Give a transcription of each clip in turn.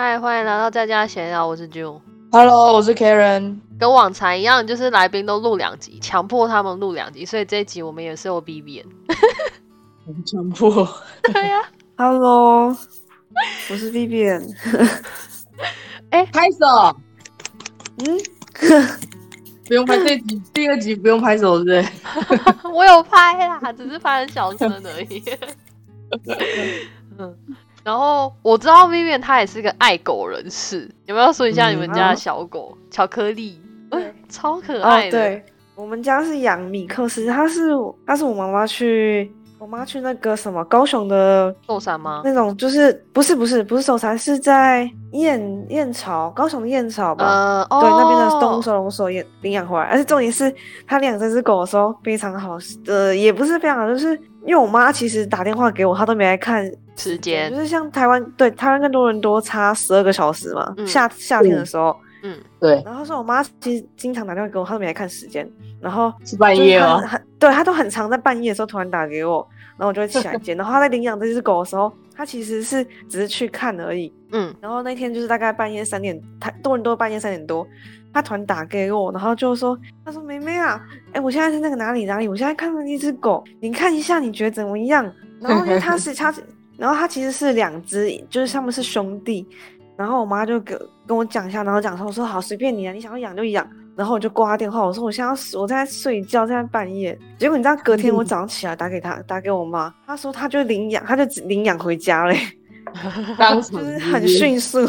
嗨，欢迎来到在家闲聊，我是 June。 Hello，我是 Karen。 跟往常一样，就是来宾都录2集，强迫他们录2集，所以这一集我们也是有 BBN。 强迫。 对呀、 Hello，我是 Vivian。 拍手。 嗯， 不用拍这集，第2集不用拍手，对不对？ 我有拍啦，只是拍很小声而已。然后我知道 Vivian 她也是个爱狗人士，有没有说一下你们家的小狗、巧克力？超可爱的。 对，我们家是养米克斯，它是我妈妈去那个什么高雄的寿山吗？ 那种就是不是寿山，是在燕巢，高雄的燕巢吧？对，那边的动物收容所领养回来，而且重点是他领养这只狗的时候非常好，也不是非常好，就是因为我妈其实打电话给我，她都没来看时间， 就是像台湾跟多伦多差12个小时嘛，夏天的时候。 对。 然后说我妈其实经常打电话给我，她都没来看时间，然后是半夜哦。 对，她都很常在半夜的时候突然打给我，然后我就会起来接。然后她在领养这只狗的时候，她其实只是去看而已。然后那天就是大概半夜3点，多伦多半夜3点多，她突然打给我，然后就说，她说妹妹啊，我现在是那个哪里，我现在看到一只狗，你看一下，你觉得怎么样？然后因为然后它其实是2只，就是他们是兄弟。然后我妈就跟我讲一下，然后讲说，我说好，随便你啊，你想要养就养。然后我就挂电话，我说我在睡觉，现在半夜。结果你知道隔天我早上起来打给我妈，她说她就领养回家嘞，就是很迅速，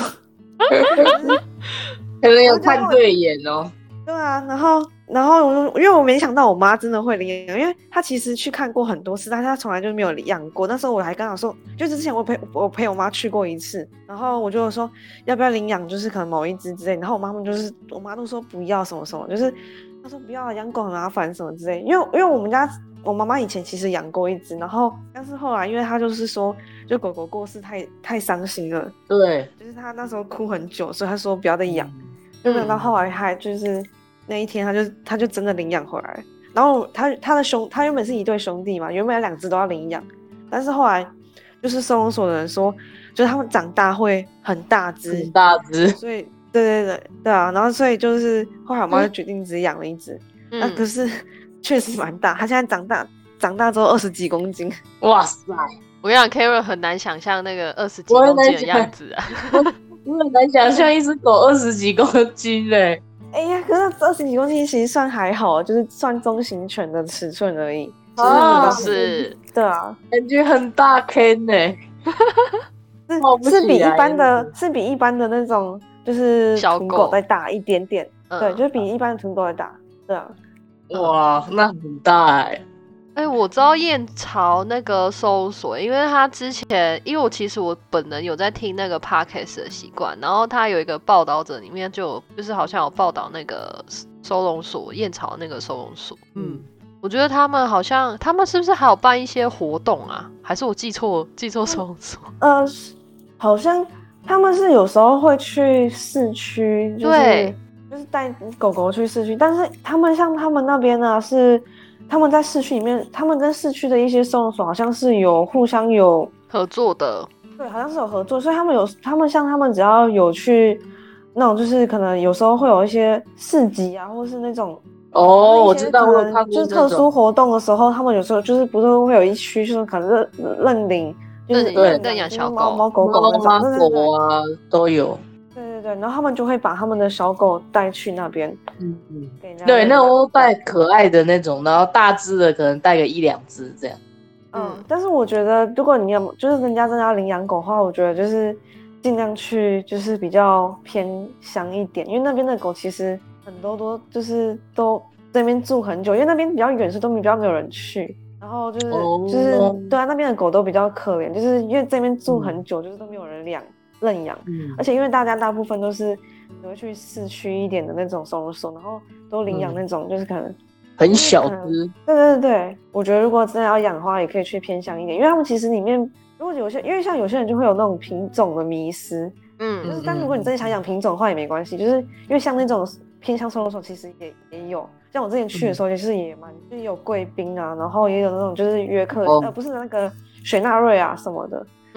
可能有看对眼哦。 对啊，然后因为我没想到我妈真的会领养，因为她其实去看过很多次，但是她从来就没有领养过。那时候我还跟她说，就是之前我陪我妈去过1次，然后我就说要不要领养，就是可能某一只之类。然后我妈都说不要什么什么，就是她说不要养狗很麻烦什么之类。因为我妈妈以前其实养过1只，然后但是后来因为她就是说，就狗狗过世太伤心了，对，就是她那时候哭很久，所以她说不要再养。就没有到后来还就是那一天他就真的领养回来，然后他原本是1对兄弟嘛，原本2只都要领养，但是后来就是收容所的人说，就是他们长大会很大只，所以对啊，然后所以就是后来我妈就决定只养了1只，那可是确实蛮大，他现在长大之后20几公斤， 哇塞！ 我跟你讲 ，Karen 很难想象那个20几公斤的样子啊。 我很难想象一只狗20几公斤嘞。 哎呀，可是20几公斤其实算还好，就是算中型犬的尺寸而已。 是， 对啊， 感觉很大坑嘞。 是比一般的那种就是土狗再大一点点，对，就是比一般的土狗再大，对啊。 哇，那很大哎。 我知道燕巢那个收容所，因为他之前，因为其实我本人有在听那个 podcast 的习惯，然后他有一个报道者里面就是好像有报道那个收容所燕巢那个收容所，我觉得他们是不是还有办一些活动啊？还是我记错收容所？ 好像他们是有时候会去市区，就是带狗狗去市区，但是他们那边呢是。他们在市区里面，他们跟市区的一些收容所好像是互相有合作的， 对，好像是有合作，所以他们只要有去那种，就是可能有时候会有一些市集啊，或是那种我知道，我有看过就是特殊活动的时候，他们有时候就是不是会有一区，就是可能认领，就是认养小狗、 猫狗啊都有。 对，然后他们就会把他们的小狗带去那边， 对，那都带可爱的那种，然后大只的可能带个1-2只这样。 但是我觉得，如果你就是人家真的要领养狗的话，我觉得就是尽量去就是比较偏乡一点，因为那边的狗其实很多都就是都在那边住很久，因为那边比较远，所以都比较没有人去。然后就是对啊，那边的狗都比较可怜，就是因为这边住很久，就是都没有人认养，而且因为大部分都是会去市区一点的那种收容所，然后都领养那种就是可能很小只。 对，我觉得如果真的要养的话，也可以去偏向一点，因为他们其实里面如果因为像有些人就会有那种品种的迷思，就是但如果你真的想养品种的话也没关系，就是因为像那种偏向收容所其实也有，像我之前去的时候就是就是有贵宾啊，然后也有那种就是约克不是那个雪纳瑞啊什么的。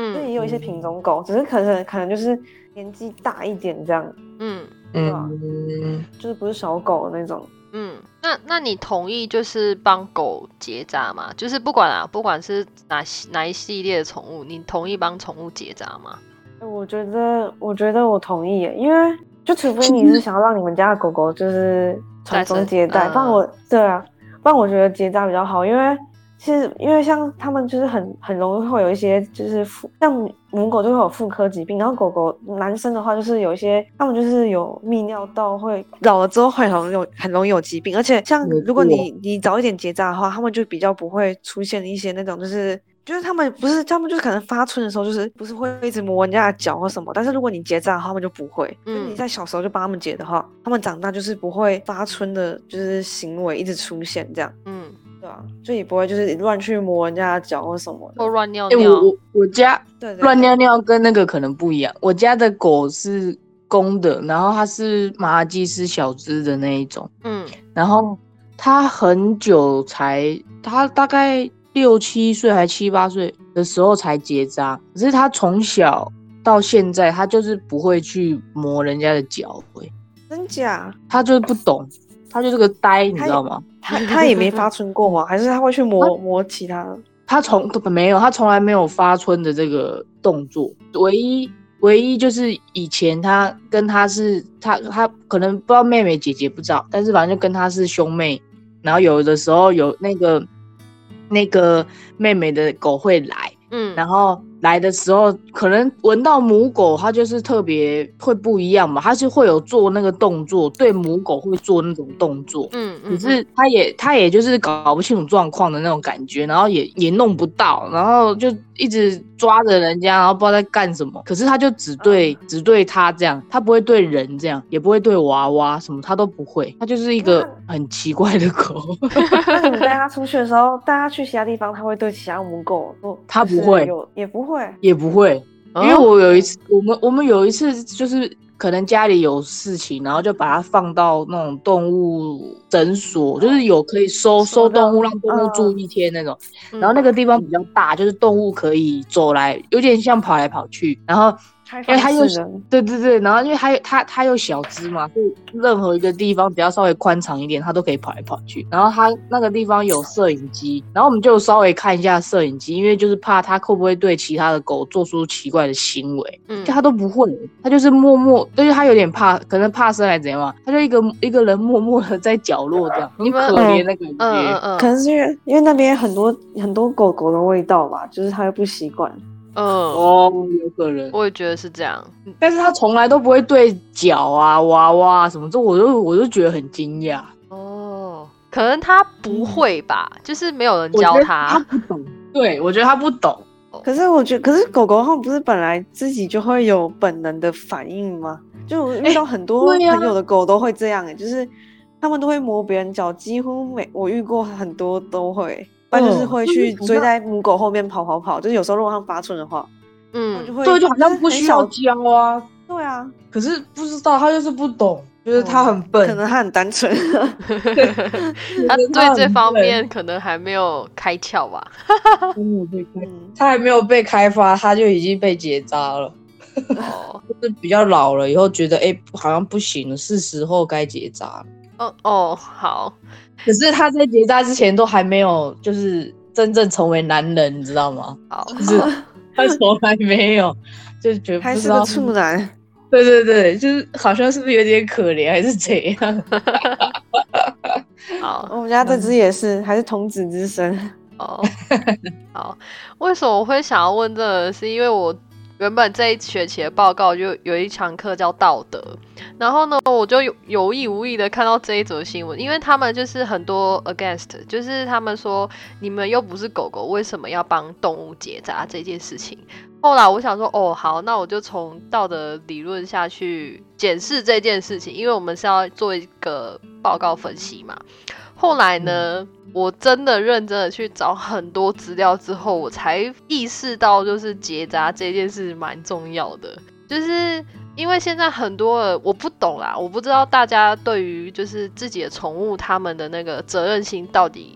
就也有一些品种狗，只是可能就是年纪大一点这样，对吧？就是不是小狗那种。 那你同意就是帮狗结扎吗？就是不管是哪一系列的宠物，你同意帮宠物结扎吗？ 我觉得我同意耶，因为就除非你是想要让你们家的狗狗就是传宗接代，不然我觉得结扎比较好，因为像他们就是很容易会有一些就是像母狗就会有妇科疾病，然后狗狗男生的话就是有一些他们就是有泌尿道会老了之后会很容易有疾病，而且像如果你早一点结扎的话，他们就比较不会出现一些那种就是他们就是可能发春的时候就是不是会一直磨人家的脚或什么，但是如果你结扎的话，他们就不会。就是你在小时候就帮他们结的话，他们长大就是不会发春的，就是行为一直出现这样。对啊，就也不会就是乱去磨人家的脚或什么的， 或乱尿尿。 我家对乱尿尿跟那个可能不一样。我家的狗是公的，然后它是马尔济斯小只的那一种。然后它很久它大概6、7岁还7、8岁的时候才结扎，可是它从小到现在，它就是不会去磨人家的脚。 真假？ 它就是不懂，它就是个呆，你知道吗？ 他也没发春过吗？还是他会去磨其他的？ 他从来没有发春的这个动作。唯一就是以前他跟他可能不知道妹妹姐姐不知道，但是反正就跟他是兄妹。然后有的时候有那个妹妹的狗会来，然后来的时候可能闻到母狗，它就是特别会不一样嘛，它是会有做那个动作，对母狗会做那种动作，可是它也就是搞不清楚状况的那种感觉，然后也弄不到，然后就一直抓着人家，然后不知道在干什么，可是它就只对它这样，它不会对人这样，也不会对娃娃什么，它都不会，它就是一个很奇怪的狗。 那你们带它出去的时候，带它去其他地方，它会对其他母狗它不会， 也不会， 也不会，因为我有一次，我们有一次就是可能家里有事情，然后就把它放到那种动物诊所，就是有可以收动物，让动物住1天那种。然后那个地方比较大，就是动物可以走来，有点像跑来跑去。然后因为它又对，然后因为它又小只嘛，所以任何一个地方只要稍微宽敞一点，它都可以跑来跑去。然后它那个地方有摄影机，然后我们就稍微看一下摄影机，因为就是怕它会不会对其他的狗做出奇怪的行为。就它都不会，它就是默默，就是它有点怕，可能怕生还是怎样嘛，它就一个人默默的在角落这样，很可怜的感觉。 可能是因为那边很多狗狗的味道吧，就是它会不习惯。 有可能， 我也觉得是这样。 但是他从来都不会对脚啊、娃娃什么，这我就觉得很惊讶。 可能他不会吧，就是没有人教他， 他不懂。对，我觉得他不懂。 可是狗狗它们不是本来自己就会有本能的反应吗？就我遇到很多朋友的狗都会这样，就是他们都会磨别人脚，几乎我遇过很多都会。不然就是会去追在母狗后面跑，就是有时候如果它们发春的话， 就好像不需要教啊。 对啊， 可是不知道，他就是不懂，就是他很笨， 可能他很单纯， 他对这方面可能还没有开窍吧。 他还没有被开发，他就已经被结扎了。就是比较老了以后，觉得好像不行了，是时候该结扎了。 好。 可是他在结扎之前都还没有，就是真正成为男人，你知道吗？就是他从来没有，就觉得还是个处男。 对，就是好像是不是有点可怜，还是怎样？ 好， 我们家这只也是，还是童子之身。 好，为什么我会想要问这个？是因为我原本这一学期的报告就有一堂课叫道德，然后呢，我就有意无意的看到这一则新闻，因为他们就是很多 against， 就是他们说你们又不是狗狗，为什么要帮动物结扎这件事情？后来我想说，好，那我就从道德理论下去检视这件事情，因为我们是要做一个报告分析嘛。后来呢，我真的认真的去找很多资料之后，我才意识到，就是结扎这件事蛮重要的。就是因为现在很多我不懂啦，我不知道大家对于就是自己的宠物他们的那个责任心到底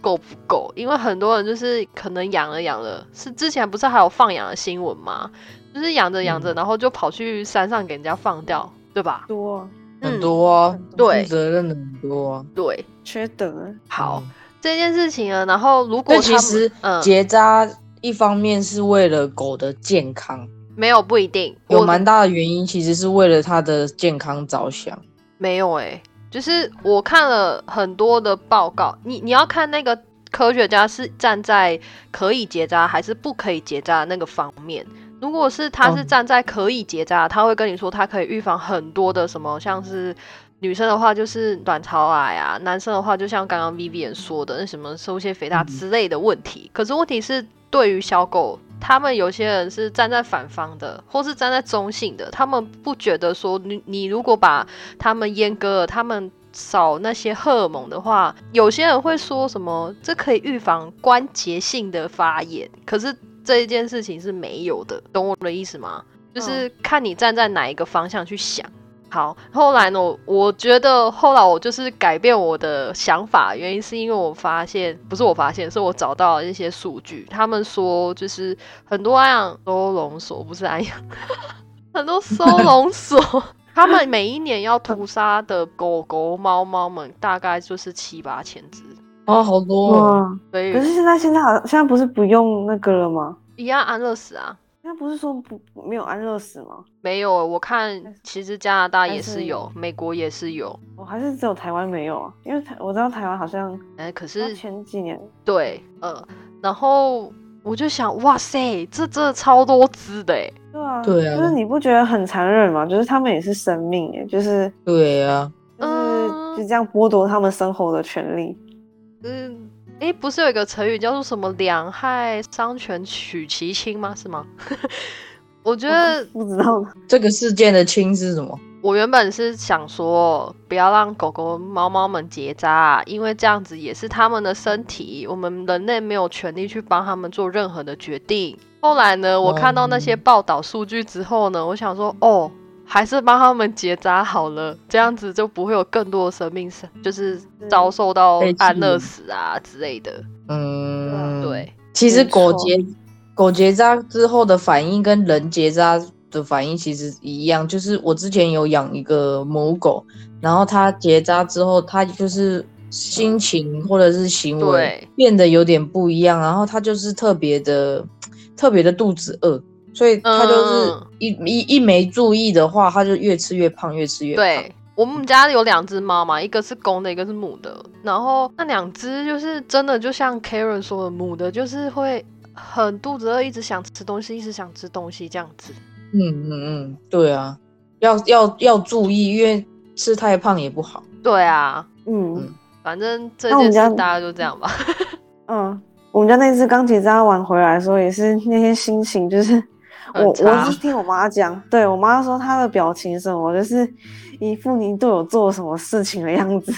够不够，因为很多人就是可能养了，是之前不是还有放养的新闻吗？就是养着养着，然后就跑去山上给人家放掉，对吧？ 多很多啊， 对， 负责任的很多啊， 对， 缺德。 好，这件事情呢，然后如果其实结扎一方面是为了狗的健康， 没有不一定， 有蛮大的原因其实是为了它的健康着想。 没有就是我看了很多的报告，你要看那个科学家是站在可以结扎还是不可以结扎的那个方面。如果是他是站在可以结扎，他会跟你说他可以预防很多的什么，像是女生的话就是卵巢癌啊，男生的话就像刚刚 Vivian 说的那什么收泄肥大之类的问题。可是问题是对于小狗，他们有些人是站在反方的，或是站在中性的，他们不觉得说你如果把他们阉割了，他们少那些荷尔蒙的话，有些人会说什么这可以预防关节性的发炎，可是这一件事情是没有的，懂我的意思吗？就是看你站在哪一个方向去想。好，后来呢，我觉得后来我就是改变我的想法，原因是因为我发现，不是我发现，是我找到了一些数据，他们说就是很多安养收容所，不是安养，很多收容所，他们每一年要屠杀的狗狗、猫猫们大概就是7-8千只。 好多哦。 可是现在不是不用那个了吗？ 一样安乐死啊。 那不是说没有安乐死吗？ 没有，我看其实加拿大也是有，美国也是有， 还是只有台湾没有啊？因为我知道台湾好像， 可是前几年对，然后我就想，哇塞，这真的超多只的耶。 对啊， 就是你不觉得很残忍吗？就是他们也是生命耶，就是对啊， 就这样剥夺他们生活的权利。 不是有一个成语叫做什么“两害相权取其轻”吗？是吗？我觉得不知道这个事件的轻是什么。 我原本是想说，不要让狗狗、猫猫们结扎，因为这样子也是他们的身体，我们人类没有权利去帮他们做任何的决定。后来呢，我看到那些报道数据之后呢，我想说，还是帮他们结扎好了，这样子就不会有更多的生命就是遭受到安乐死啊之类的。对。 其实狗结扎之后的反应跟人结扎的反应其实一样，就是我之前有养一个母狗，然后它结扎之后，它就是心情或者是行为变得有点不一样，然后它就是特别的肚子饿。所以他就是一没注意的话，他就越吃越胖，越吃越胖。 对，我们家有2只猫嘛，一个是公的，一个是母的。然后那2只就是真的，就像 Karen 说的，母的就是会很肚子饿，一直想吃东西，一直想吃东西这样子。 对啊，要注意，因为吃太胖也不好。 对啊，反正这件事大家就这样吧。 我们家那只刚结扎完回来的时候，也是那天心情就是。我是听我妈讲，对我妈说她的表情什么，就是一副你对我做了什么事情的样子。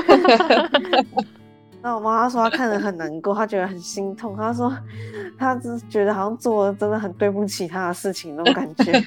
那我妈说她看得很难过，她觉得很心痛，她说她只觉得好像做了真的很对不起她的事情那种感觉。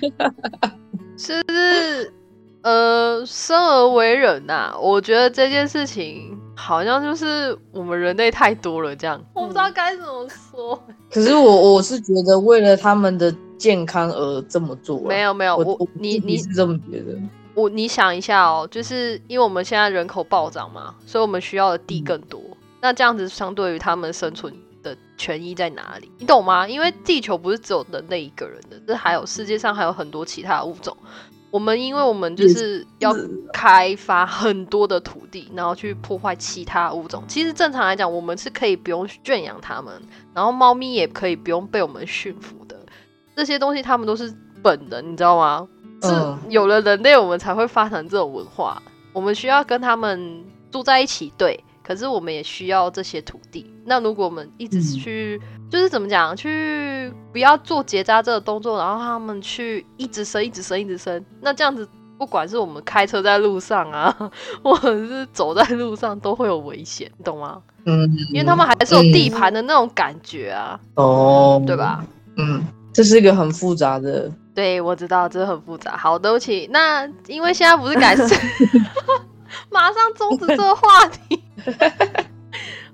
是生而为人啊，我觉得这件事情好像就是我们人类太多了这样，我不知道该怎么说。 可是我是觉得为了他们的健康而这么做。 没有， 你是这么觉得？ 你想一下哦，就是因为我们现在人口暴涨嘛，所以我们需要的地更多。那这样子相对于他们生存的权益在哪里？你懂吗？因为地球不是只有人类一个人的，这还有世界上还有很多其他的物种。因为我们就是要开发很多的土地，然后去破坏其他物种。其实正常来讲，我们是可以不用圈养它们，然后猫咪也可以不用被我们驯服的。这些东西它们都是本能，你知道吗？是有了人类，我们才会发展这种文化。我们需要跟他们住在一起，对。可是我们也需要这些土地。那如果我们一直去，就是怎么讲，去不要做结扎这个动作，然后他们去一直生，那这样子，不管是我们开车在路上啊，或者是走在路上，都会有危险，你懂吗？因为他们还是有地盘的那种感觉啊，对吧？ 这是一个很复杂的。 对，我知道这很复杂。好，对不起。那因为现在不是改善。马上终止这个话题。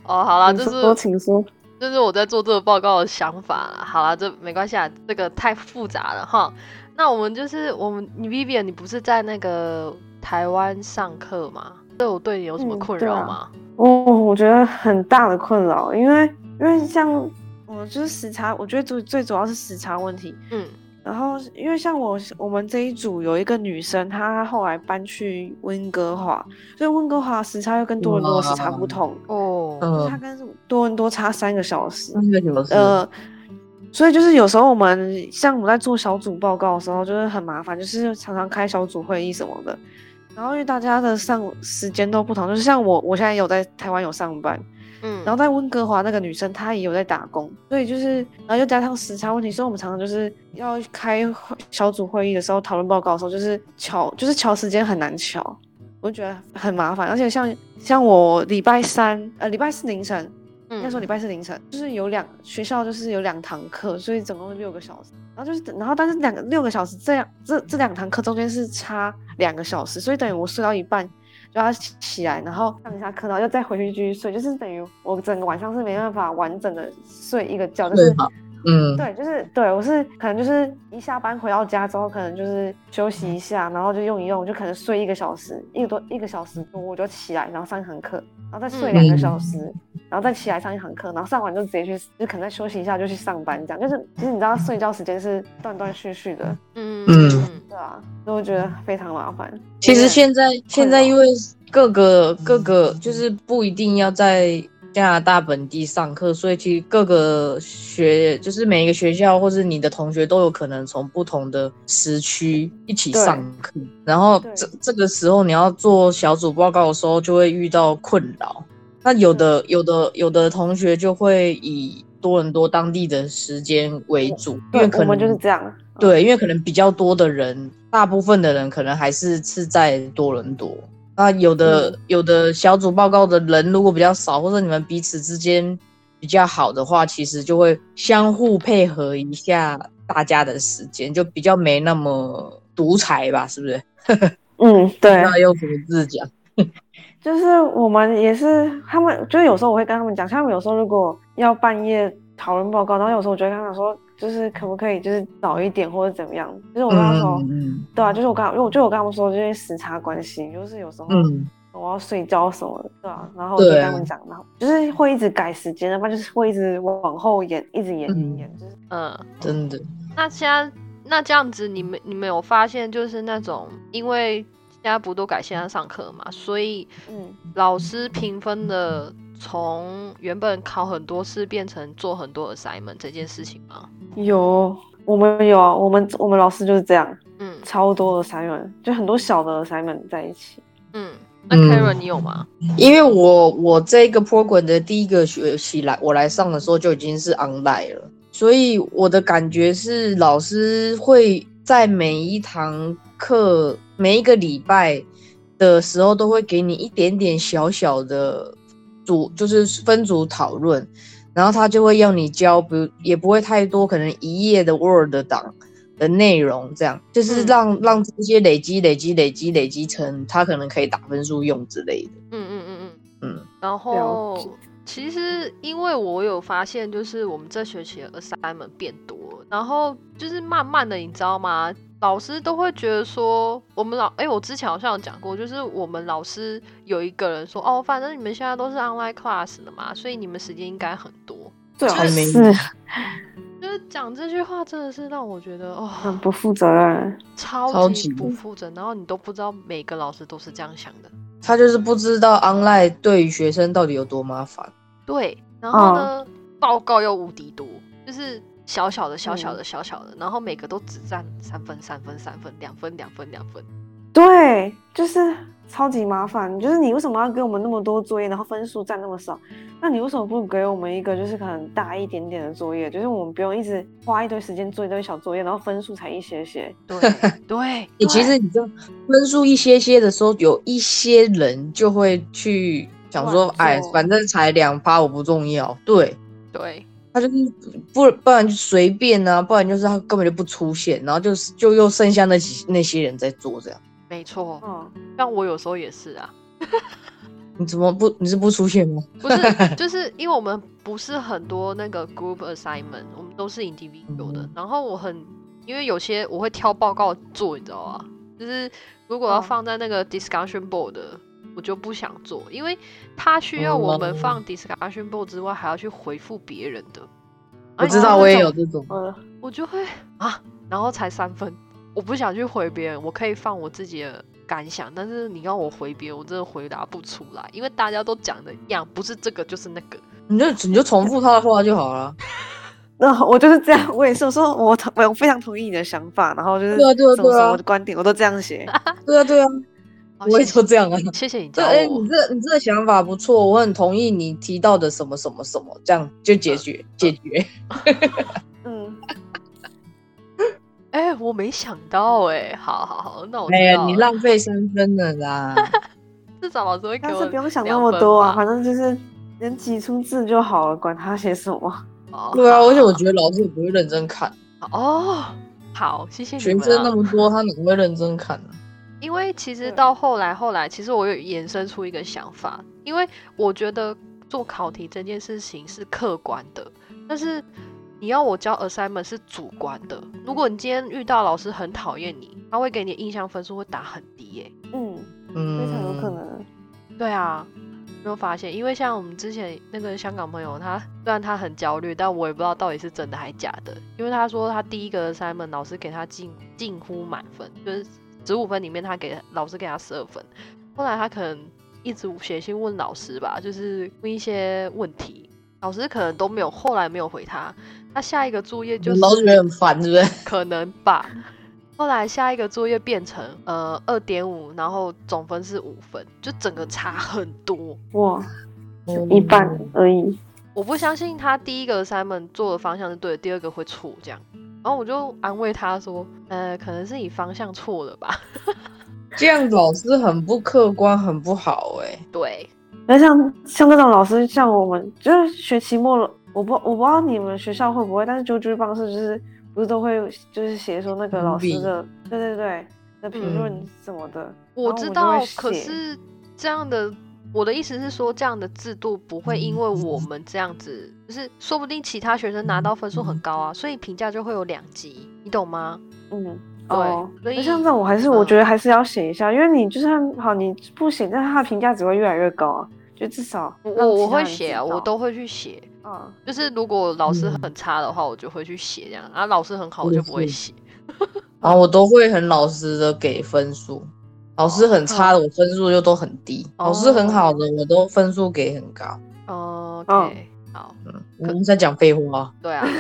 哦，好啦， 请说。 这是我在做这个报告的想法啦。好啦，这没关系啊，这个太复杂了哈。那我们你 Vivian， 你不是在那个台湾上课吗？这有对你有什么困扰吗？ 我觉得很大的困扰，因为像我就是时差，我觉得最主要是时差问题。然后因为像我们这一组有一个女生，她后来搬去温哥华，所以温哥华时差又跟多伦多的时差不同哦，就是它跟多伦多差3个小时。所以就是有时候我们在做小组报告的时候，就是很麻烦，就是常常开小组会议什么的。然后因为大家的时间都不同，就是像我现在有在台湾有上班。然后在温哥华那个女生她也有在打工，所以就是然后又加上时差问题，所以我们常常就是要开小组会议的时候讨论报告的时候，就是调时间很难调，我就觉得很麻烦。而且像我礼拜四凌晨，应该说礼拜四凌晨就是学校就是有2堂课，所以总共6个小时。然后但是6个小时这2堂课中间是差2个小时，所以等于我睡到一半就要起来，然后上一下课，然后又再回去继续睡，就是等于我整个晚上是没办法完整的睡一个觉，就是对，就是对我是可能就是一下班回到家之后，可能就是休息一下，然后就用一用，就可能睡1个小时，一个小时多我就起来，然后上一堂课，然后再睡2个小时，然后再起来上一堂课，然后上完就直接就可能再休息一下就去上班，这样就是其实你知道睡觉时间是断断续续的，对啊，所以我觉得非常麻烦。 其实现在因为各个就是不一定要在加拿大本地上课，所以其实各个就是每一个学校或是你的同学都有可能从不同的时区一起上课，然后这个时候你要做小组报告的时候就会遇到困扰。那有的同学就会以多伦多当地的时间为主，因为可能我们就是这样。 对，因为可能比较多的人，大部分的人可能还是在多伦多。那有的小组报告的人如果比较少，或者你们彼此之间比较好的话，其实就会相互配合一下大家的时间，就比较没那么独裁吧，是不是？ 对。 那用什么字讲？ 就是我们也是，他们就是有时候我会跟他们讲，像他们有时候如果要半夜讨论报告，然后有时候我就会跟他们说，就是可不可以就是早一点或者怎么样，就是我跟他说，对啊，就是我跟他们说，就是时差关系，就是有时候我要睡觉什么的，对啊，然后我就跟他们讲，然后就是会一直改时间的话，就是会一直往后延，一直延，就是真的。 那这样子，你们有发现就是那种因为现在不都改线上上课嘛，所以老师评分的从原本考很多次变成做很多 assignment 这件事情吗？ 我们有啊，我们老师就是这样，超多 assignment， 就很多小的 assignment 在一起。 那 Karen 你有吗？ 因为我这个 program 的第一个学期我来上的时候就已经是 online 了，所以我的感觉是老师会在每一堂课每一个礼拜的时候都会给你一点点小小的就是分组讨论，然后他就会要你交，比如也不会太多，可能1页的 Word 档的内容，这样就是让这些累积成他可能可以打分数用之类的。 然后其实因为我有发现，就是我们这学期的 assignment 变多，然后就是慢慢的，你知道吗？老师都会觉得说，我之前好像有讲过，就是我们老师有一个人说，反正你们现在都是 online class 的嘛，所以你们时间应该很多。 最好是， 就是讲这句话真的是让我觉得很不负责任， 超级不负责任。然后你都不知道每个老师都是这样想的， 他就是不知道 online 对于学生到底有多麻烦。 对，然后呢，报告又无敌多，就是小小的，然后每个都只占3分、2分。 对，就是超级麻烦。就是你为什么要给我们那么多作业，然后分数占那么少？那你为什么不给我们一个就是可能大一点点的作业？就是我们不用一直花一堆时间做一堆小作业，然后分数才一些。 对， 其实你就分数一些的时候，有一些人就会去想说，反正才2%，我不重要。对，他就是不然就随便啊，不然就是他根本就不出现，然后就又剩下那些人在做这样。 没错，像我有时候也是啊。 你是不出现吗？ 不是，就是因为我们不是很多那个 group assignment， 我们都是 individual 的。然后因为有些我会挑报告做，你知道吗？就是如果要放在那个 discussion board 的，我就不想做，因为他需要我们放 discussion board 之外，还要去回复别人的。 我知道，我也有这种， 我就会然后才3分，我不想去回别人，我可以放我自己的感想，但是你要我回别人，我真的回答不出来，因为大家都讲的一样，不是这个就是那个， 你就重复他的话就好了。 那我就是这样，我也是，我说我非常同意你的想法，然后就是对啊什么的观点，我都这样写。 对啊，我也都这样啊。 谢谢你教我。 你这个想法不错，我很同意你提到的什么什么什么，这样就解决。 我没想到好，那我知道了。 你浪费3分了啦。 至少老师会给我2分吧。 但是不用想那么多啊，反正就是能挤出字就好了，管他写什么。 对啊，而且我觉得老师也不会认真看。 好，谢谢你们。学生那么多，他哪会认真看呢？ 因为其实到后来，其实我有延伸出一个想法，因为我觉得做考题这件事情是客观的，但是你要我交 assignment 是主观的。如果你今天遇到老师很讨厌你，他会给你的印象分数会打很低耶。 非常有可能。 对啊。没有发现，因为像我们之前那个香港朋友，他虽然他很焦虑，但我也不知道到底是真的还假的。因为他说他第一个 assignment 老师给他近乎满分，就是15分里面老师给他12分。后来他可能一直写信问老师吧，就是问一些问题，老师可能都没有，后来没有回他。他下一个作业就是老师觉得很烦，是不是？ 可能吧。后来下一个作业变成2.5，然后总分是5分，就整个差很多哇，一半而已。 我不相信他第一个 assignment 做的方向是对的，第二个会错这样。然后我就安慰他说，可能是你方向错了吧。 这样老师很不客观，很不好对， 那像这种老师，像我们就是学期末了，我不知道你们学校会不会，但是啾方式就是不是都会就是写说那个老师的对的评论什么的。 我知道，可是这样的，我的意思是说，这样的制度不会因为我们这样子，就是说不定其他学生拿到分数很高啊，所以评价就会有2级，你懂吗？对，所以像这种我觉得还是要写一下，因为你就算好你不写，但是他的评价只会越来越高啊，就至少我会写啊，我都会去写。就是如果老师很差的话，我就会去写这样，然后老师很好，我就不会写。 然后我都会很老实的给分数，老师很差的我分数就都很低，老师很好的我都分数给很高。 OK， 好， 我们在讲废话。 对啊，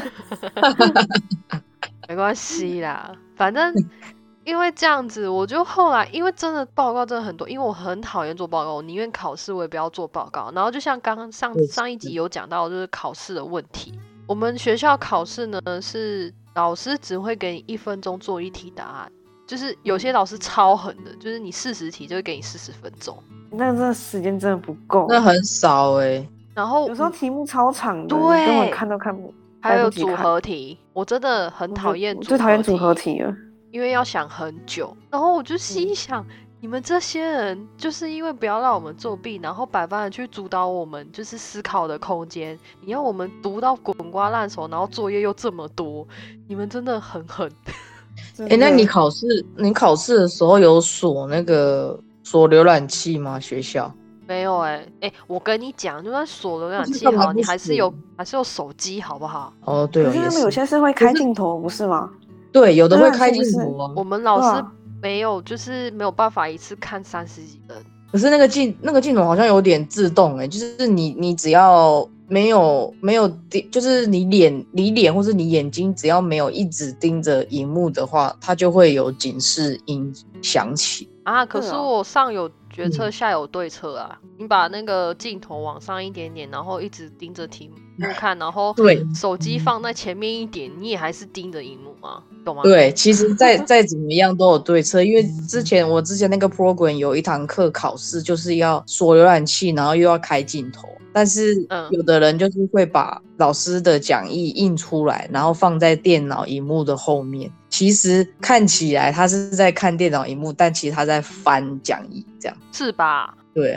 没关系啦，反正因为这样子，我就后来因为真的报告真的很多，因为我很讨厌做报告，我宁愿考试我也不要做报告。然后就像刚刚上一集有讲到，就是考试的问题。我们学校考试呢是老师只会给你1分钟做1题答案，就是有些老师超狠的，就是你40题就会给你40分钟， 那这时间真的不够， 那很少然后有时候题目超长的， 对， 根本看都看不。 还有组合题，我真的很讨厌， 最讨厌组合题了， 因为要想很久。然后我就心想，你们这些人就是因为不要让我们作弊，然后百般的去阻挡我们就是思考的空间。你要我们读到滚瓜烂熟，然后作业又这么多，你们真的很狠。 那你考试的时候有锁浏览器吗？学校？ 没有我跟你讲，就算锁浏览器好，你还是有手机，好不好？ 对， 可是他们有些是会开镜头，不是吗？ 对，有的会开镜头啊。 我们老师没有，就是没有办法一次看30几人。 可是那个镜头好像有点自动就是你只要没有就是你脸或是你眼睛只要没有一直盯着荧幕的话，它就会有警示音响起啊。可是我上有决策下有对策啊，你把那个镜头往上一点点，然后一直盯着题目看，然后手机放在前面一点，你也还是盯着荧幕啊，懂吗？ 对，其实再怎么样都有对策，因为我之前那个 program 有一堂课考试就是要锁浏览器，然后又要开镜头，但是有的人就是会把老师的讲义印出来，然后放在电脑荧幕的后面，其实看起来他是在看电脑荧幕，但其实他在翻讲义，这样是吧？ 对，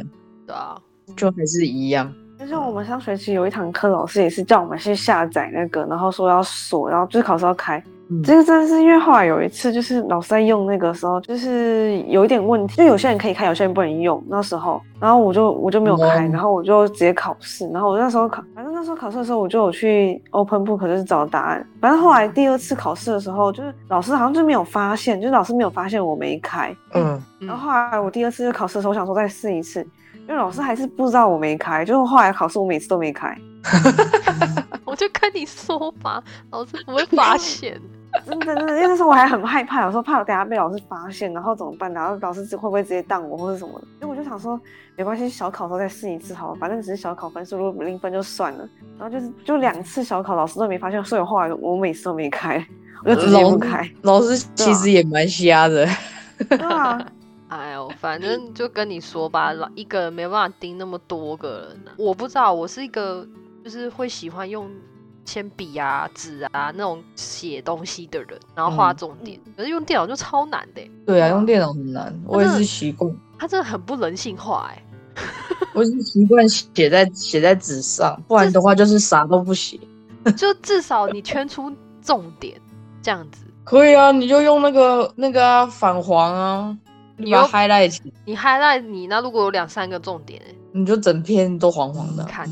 对啊， 就还是一样。 就像我们上学期有一堂课，老师也是叫我们去下载那个，然后说要锁，然后就是考试要开。这个真的是因为后来有一次，就是老师在用那个时候，就是有一点问题，就有些人可以开，有些人不能用。那时候，然后我就没有开，然后我就直接考试。然后我那时候反正那时候考试的时候，我就有去 Open Book 就是找答案。反正后来第二次考试的时候，就是老师好像就没有发现，就是老师没有发现我没开。然后后来我第二次考试的时候，我想说再试一次。因为老师还是不知道我没开，就是后来考试我每次都没开。 我就跟你说吧，老师不会发现。 真的，因为那时候我还很害怕，有时候怕我等下被老师发现，然后怎么办？然后老师会不会直接当我或者什么的？所以我就想说，没关系，小考的时候再试一次好了，反正只是小考分数，如果0分就算了。然后就2次小考，老师都没发现，所以后来我每次都没开，我就直接不开。 老师其实也蛮瞎的。 对啊。 哎呦，反正就跟你说吧，一个人没办法盯那么多个人啊。我不知道，我是一个就是会喜欢用铅笔啊、纸啊那种写东西的人，然后画重点。可是用电脑就超难的。 对啊，用电脑很难，我也是习惯。 它真的很不人性化哎。 我是习惯写在纸上，不然的话就是啥都不写。 就至少你圈出重点这样子。 可以啊，你就用那个啊反黄啊。你把 highlight 起， 你 highlight 你那如果有2-3个重点， 你就整片都黄黄的。 看，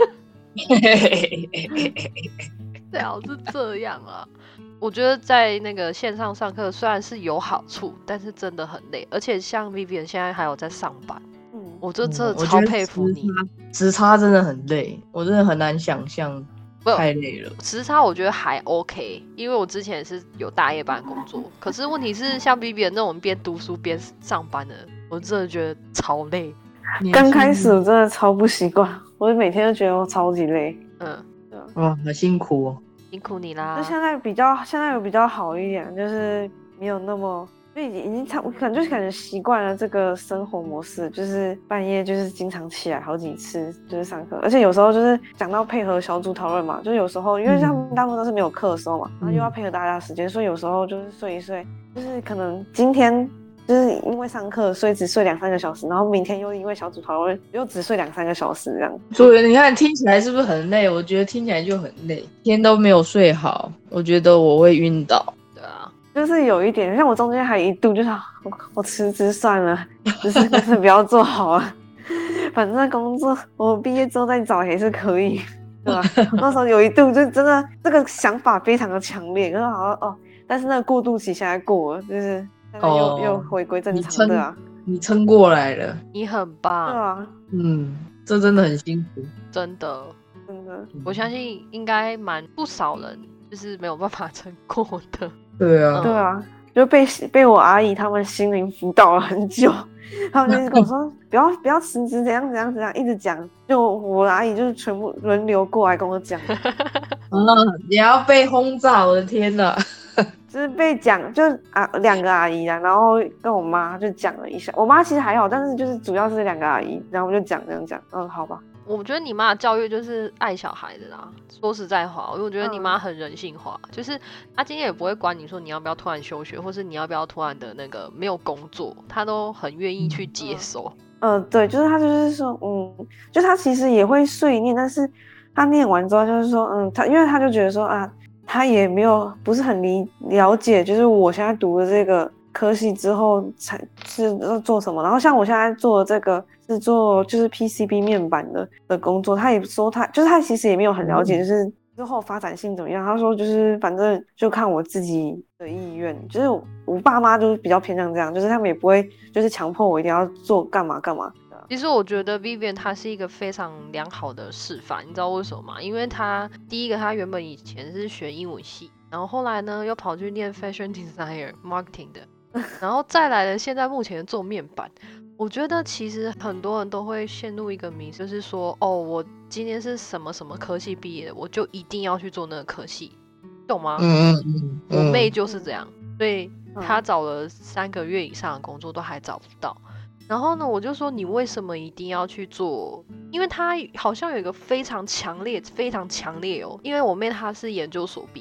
最好是这样啊。我觉得在那个线上上课虽然是有好处，但是真的很累，而且像 Vivian 现在还有在上班，我就真的超佩服你。 时差真的很累，我真的很难想象。太累了， 时差我觉得还 OK， 因为我之前也是有大夜班工作，可是问题是像 Vivian 那种边读书边上班的，我真的觉得超累。 刚开始我真的超不习惯，我每天都觉得我超级累。 哇，好辛苦哦， 辛苦你啦。 就现在有比较好一点，就是没有那么。就已经可能就是感觉习惯了这个生活模式，就是半夜就是经常起来好几次就是上课，而且有时候就是讲到配合小组讨论嘛，就是有时候因为他们大部分都是没有课的时候嘛，然后又要配合大家的时间，所以有时候就是睡一睡，就是可能今天就是因为上课所以只睡2-3个小时，然后明天又因为小组讨论又只睡2-3个小时这样。 所以你看听起来是不是很累？我觉得听起来就很累，天都没有睡好，我觉得我会晕倒。 对啊。 就是有一点，像我中间还一度就是我辞职算了，就是不要做好了，反正工作我毕业之后再找也是可以，对吧？那时候有一度就真的这个想法非常的强烈，可是好像但是那个过渡期现在过了，就是又回归正常的啊。 你撑过来了， 你很棒。 对啊， 这真的很辛苦， 真的，我相信应该不少人就是没有办法撑过的。 对啊， 就被我阿姨他们心灵辅导了很久，他们就是跟我说不要辞职，怎样，一直讲，就我阿姨就是全部轮流过来跟我讲。 你要被轰炸，我的天哪！ 就是被讲，就2个阿姨啦，然后跟我妈就讲了一下。我妈其实还好，但是就是主要是2个阿姨，然后我就这样讲，好吧。 我觉得你妈的教育就是爱小孩的啦。说实在话，因为我觉得你妈很人性化，就是她今天也不会管你说你要不要突然休学，或是你要不要突然的那个没有工作，她都很愿意去接受。 对，就是她就是说，就她其实也会碎念，但是她念完之后就是说，因为她就觉得说她也没有不是很了解，就是我现在读的这个科系之后才是做什么，然后像我现在做的这个是做就是 PCB 面板的工作，他也说他其实也没有很了解，就是之后发展性怎么样。他说就是反正就看我自己的意愿，就是我爸妈就是比较偏向这样，就是他们也不会就是强迫我一定要做干嘛。 其实我觉得 Vivian 她是一个非常良好的示范，你知道为什么吗？因为她第一个，她原本以前是学英文系，然后后来呢又跑去念 Fashion Designer Marketing 的，然后再来了现在目前做面板。我觉得其实很多人都会陷入一个迷思，就是说我今天是什么什么科系毕业的，我就一定要去做那个科系，懂吗？我妹就是这样，所以她找了3个月以上的工作都还找不到。然后呢，我就说你为什么一定要去做？因为她好像有一个非常强烈哦，因为我妹她是研究所毕业，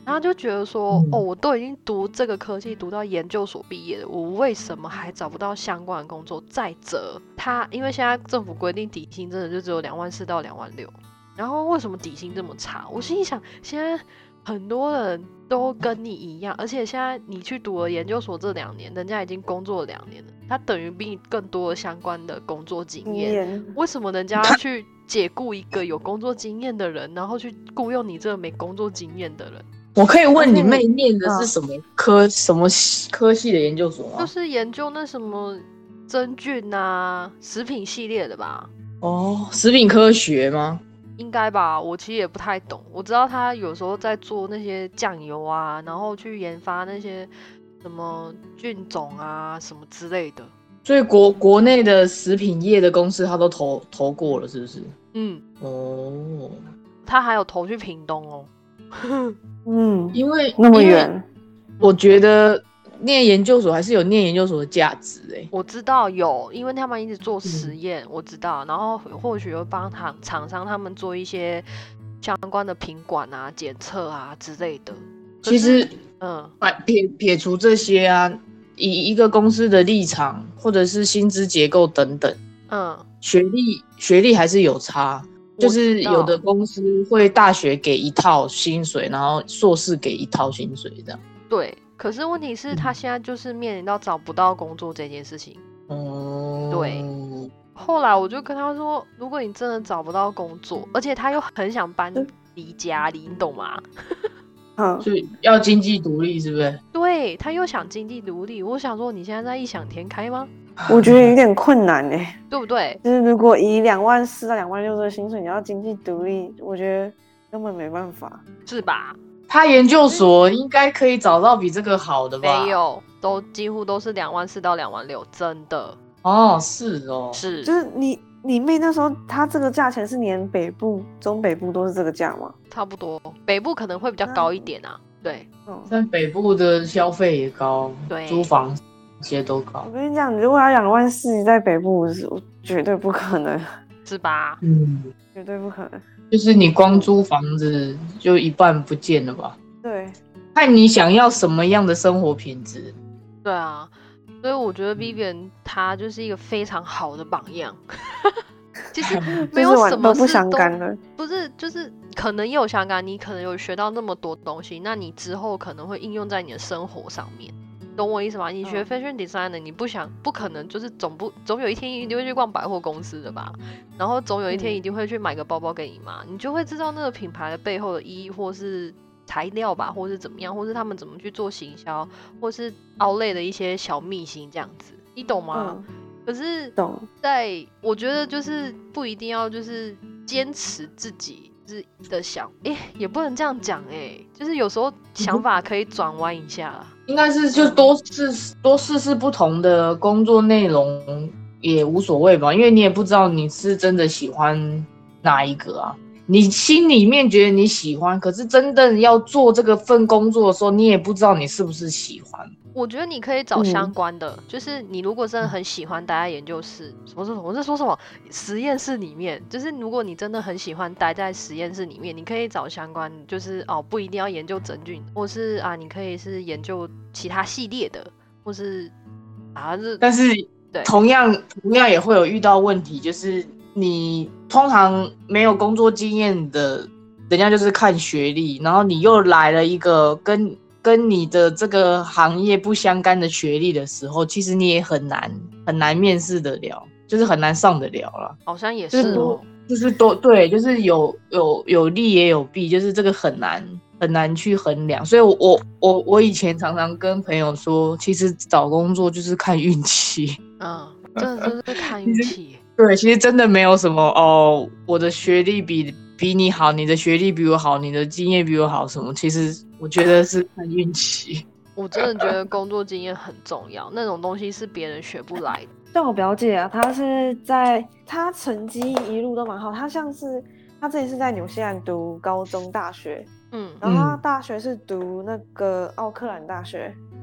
然后就觉得说，我都已经读这个科技读到研究所毕业了，我为什么还找不到相关的工作？再者，因为现在政府规定底薪真的就只有24000到26000，然后为什么底薪这么差？我心里想，现在很多人都跟你一样，而且现在你去读了研究所这2年，人家已经工作了2年了，他等于比你更多的相关的工作经验。为什么人家要去解雇一个有工作经验的人，然后去雇佣你这个没工作经验的人？ 我可以问你妹念的是什么科系的研究所吗？ 就是研究那什么真菌啊、食品系列的吧。 哦，食品科学吗？ 应该吧，我其实也不太懂。我知道他有时候在做那些酱油啊，然后去研发那些什么菌种啊什么之类的。 所以国内的食品业的公司他都投过了，是不是？哦， 他还有投去屏东哦。 因为那么远， 我觉得念研究所还是有念研究所的价值我知道有，因为他们一直做实验，我知道，然后或许会帮厂商他们做一些相关的品管啊、检测啊之类的。 其实，撇除这些啊，以一个公司的立场或者是薪资结构等等，学历还是有差。就是有的公司会大学给一套薪水，然后硕士给一套薪水这样。 对，可是问题是他现在就是面临到找不到工作这件事情。对。后来我就跟他说，如果你真的找不到工作，而且他又很想搬离家里，你懂吗？ 所以要经济独立是不是？ 对，他又想经济独立，我想说你现在在异想天开吗？ 我觉得有点困难对不对？ 就是如果以24000到26000的薪水，你要经济独立，我觉得根本没办法， 是吧？ 他研究所应该可以找到比这个好的吧？ 没有，几乎都是24000到26000，真的。 是哦， 是，就是你妹那时候，她这个价钱是连北部、中北部都是这个价吗？ 差不多，北部可能会比较高一点啊。对， 但北部的消费也高， 对， 租房这些都高。 我跟你讲，如果要24000在北部，我绝对不可能， 是吧？ 绝对不可能。 就是你光租房子就一半不见了吧？ 对， 看你想要什么样的生活品质。 对啊，所以我觉得 Vivian 她就是一个非常好的榜样。其实没有什么都不相干的， 不是，就是可能也有相干，你可能有学到那么多东西，那你之后可能会应用在你的生活上面，懂我意思吗？你学 fashion designer，你不可能就是总有一天一定会去逛百货公司的吧，然后总有一天一定会去买个包包给你妈，你就会知道那个品牌的背后的意义，或是材料吧，或是怎么样，或是他们怎么去做行销，或是outlet的一些小秘辛这样子，你懂吗？可是我觉得就是不一定要就是坚持自己的想，也不能这样讲就是有时候想法可以转弯一下啦。 应该是就多试试不同的工作内容也无所谓吧，因为你也不知道你是真的喜欢哪一个啊。你心里面觉得你喜欢，可是真正要做这个份工作的时候，你也不知道你是不是喜欢。 我觉得你可以找相关的，就是你如果真的很喜欢待在研究室，我在说什么实验室里面，就是如果你真的很喜欢待在实验室里面，你可以找相关，就是不一定要研究真菌，或是你可以是研究其他系列的，或是但是同样也会有遇到问题，就是你通常没有工作经验的，人家就是看学历，然后你又来了一个跟你的这个行业不相干的学历的时候，其实你也很难面试得了，就是很难上得了啦。 好像也是就是对，就是有利也有弊，就是这个很难去衡量。所以我以前常常跟朋友说，其实找工作就是看运气。 真的就是看运气。 对，其实真的没有什么我的学历比你好，你的学历比我好，你的经验比我好什么，其实我觉得是看运气。 我真的觉得工作经验很重要，那种东西是别人学不来的。 像我表姐啊，她成绩一路都蛮好，她之前是在纽西兰读高中大学，然后她大学是读那个奥克兰大学，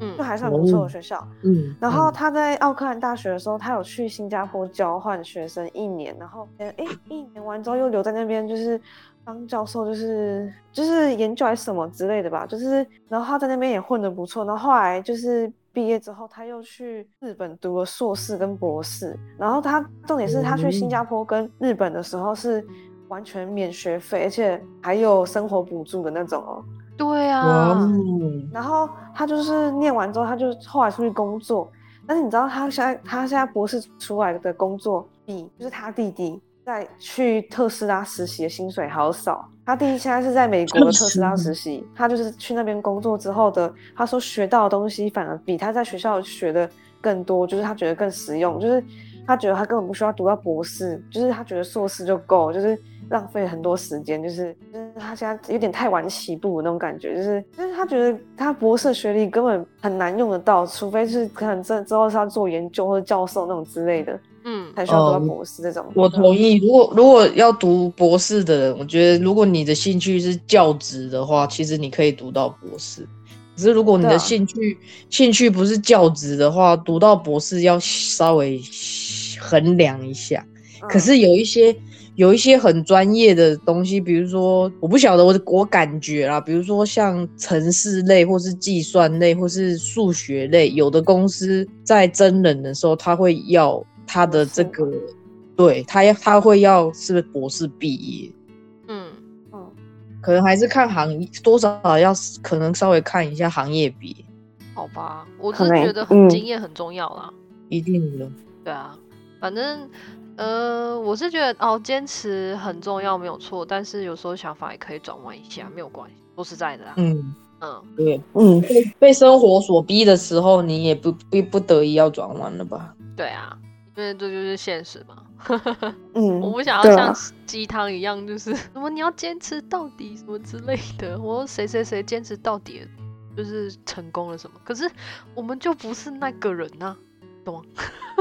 就还算不错的学校。然后他在奥克兰大学的时候，他有去新加坡交换学生1年，然后1年完之后又留在那边，就是当教授，就是研究还是什么之类的吧，然后他在那边也混得不错，然后后来就是毕业之后，他又去日本读了硕士跟博士，然后他重点是他去新加坡跟日本的时候是完全免学费，而且还有生活补助的那种哦。 对啊， 然后他就是念完之后，他就后来出去工作，但是你知道他现在博士出来的工作比就是他弟弟在去特斯拉实习的薪水还要少。他弟弟现在是在美国的特斯拉实习，他就是去那边工作之后的，他说学到的东西反而比他在学校学的更多，就是他觉得更实用，就是他觉得他根本不需要读到博士，就是他觉得硕士就够，就是浪费很多时间，就是他现在有点太晚起步的那种感觉，就是他觉得他博士的学历根本很难用得到，除非是可能之后是要做研究或者教授那种之类的，才需要读到博士这种。 我同意，如果要读博士的人，我觉得如果你的兴趣是教职的话，其实你可以读到博士。可是如果你的兴趣不是教职的话，读到博士要稍微衡量一下。可是有一些很专业的东西，比如说我不晓得我感觉啦，比如说像程式类或是计算类或是数学类，有的公司在征人的时候，他会要他的这个，对，他会要是不是博士毕业，可能还是看行业，多少要可能稍微看一下行业别。 好吧，我是觉得经验很重要啦， 一定的。 对啊，反正我是觉得坚持很重要没有错，但是有时候想法也可以转弯一下，没有关系，说实在的啦。 对，被生活所逼的时候，你也不得已要转弯了吧？ 对啊，因为这就是现实嘛。 我不想要像鸡汤一样，就是什么你要坚持到底什么之类的。我谁坚持到底就是成功了什么？可是我们就不是那个人啊，懂吗？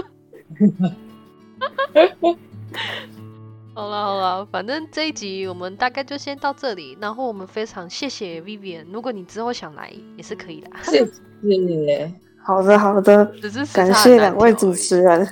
好了，反正这一集我们大概就先到这里。然后我们非常谢谢 Vivian， 如果你之后想来也是可以的。 谢谢。 好的， 只是感谢2位主持人。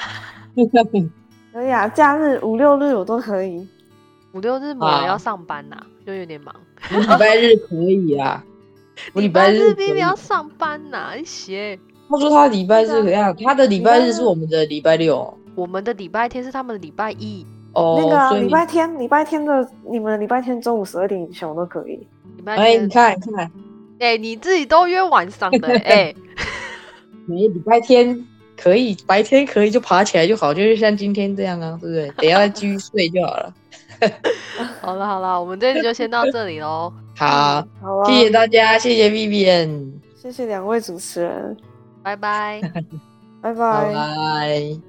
可以啊，假日5、6日我都可以。 5、6日我要上班呐，就有点忙。 礼拜日可以啊， 礼拜日偏偏要上班呐，写。 他说他礼拜日怎样？他的礼拜日是我们的礼拜6，我们的礼拜天是他们的礼拜1。 那个礼拜天的你们的礼拜天中午12点以前我都可以。 你看， 你自己都约晚上的你礼拜天可以，白天可以就爬起来就好，就是像今天这样啊，对不对？等一下再继续睡就好了。 好了，我们这集就先到这里咯。 好，谢谢大家，谢谢 Vivian， 谢谢2位主持人， 拜拜， 拜拜。 拜。